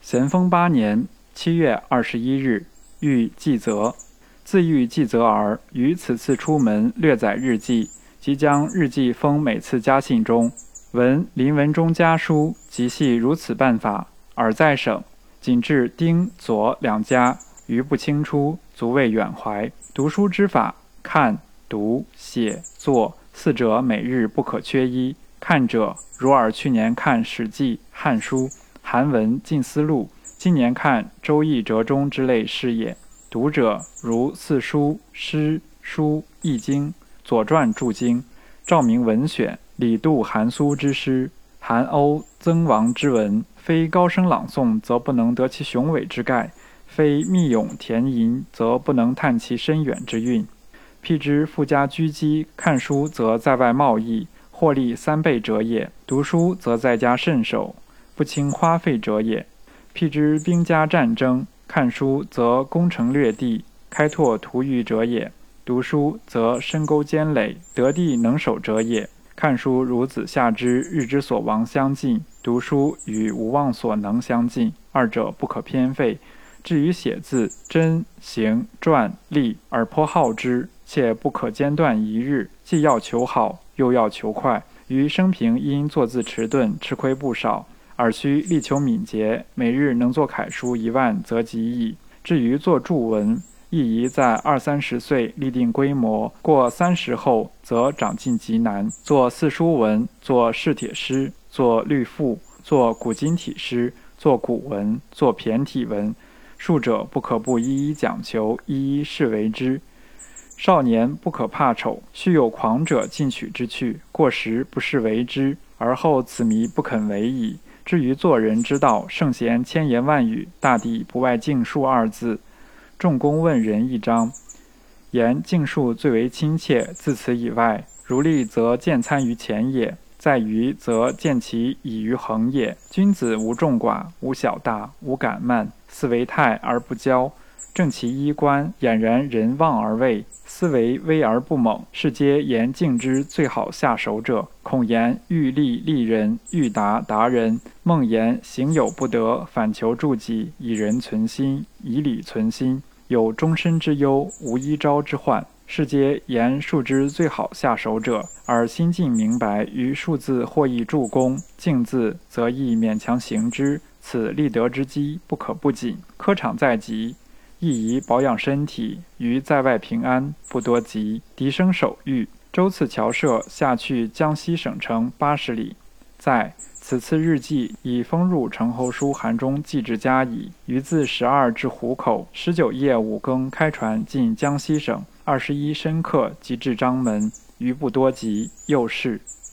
咸丰8年7月21日，遇季泽。自遇季泽儿，于此次出门略载日记，即将日记封每次家信中。闻林文忠家书，即系如此办法，尔在省，仅至丁左两家，余不清出，足谓远怀。读书之法，看、读、写、作四者每日不可缺一。看者，如尔去年看《史记》《汉书》《韩文》《近思录》，今年看《周易》《折中》之类是也。读者，如四书、诗、书、易经、左传注经、照明文选、李杜、韩苏之诗、韩欧、曾王之文，非高声朗诵，则不能得其雄伟之概；非密咏填吟，则不能探其深远之韵。譬之富家居积，看书则在外贸易，获利3倍者也；读书则在家慎守，不轻花费者也。譬之兵家战争，看书则攻城略地，开拓图域者也；读书则深沟坚垒，得地能守者也。看书如子夏之日之所亡相近，读书与无望所能相近，二者不可偏废。至于写字，真、行、传、历，而颇好之，且不可间断一日，既要求好，又要求快。于生平因作字迟钝，吃亏不少，而须力求敏捷，每日能作楷书1万，则极矣。至于作注文，亦宜在20-30岁立定规模，过30后，则长进极难。作四书文，作试帖诗，作律赋，作古今体诗，作古文，作骈体文，数者不可不一一讲求，一一试为之。少年不可怕丑，须有狂者进取之趣，过时不适为之，而后此迷不肯为矣。至于做人之道，圣贤千言万语，大抵不外敬术2字。仲弓问仁1章，言敬术最为亲切，自此以外，如立则见参于前也，在于则见其以于恒也。君子无众寡，无小大，无敢慢，思为泰而不骄，正其衣冠，俨然人望而畏，思为威而不猛，是皆言敬之最好下手者。孔言欲立立人，欲达达人。孟言行有不得，反求助己，以仁存心，以礼存心，有终身之忧，无一朝之患。是皆言术之最好下手者，而心境明白，于数字或易助攻，敬字则易勉强行之，此立德之基，不可不谨。科场在即，亦宜保养身体，于在外平安，不多急。笛声手谕，周次侨社下去江西省城80里。在此次日记已封入程侯书函中记至家矣。于自12至湖口，19夜5更开船进江西省，21申刻即至章门，余不多急，又是。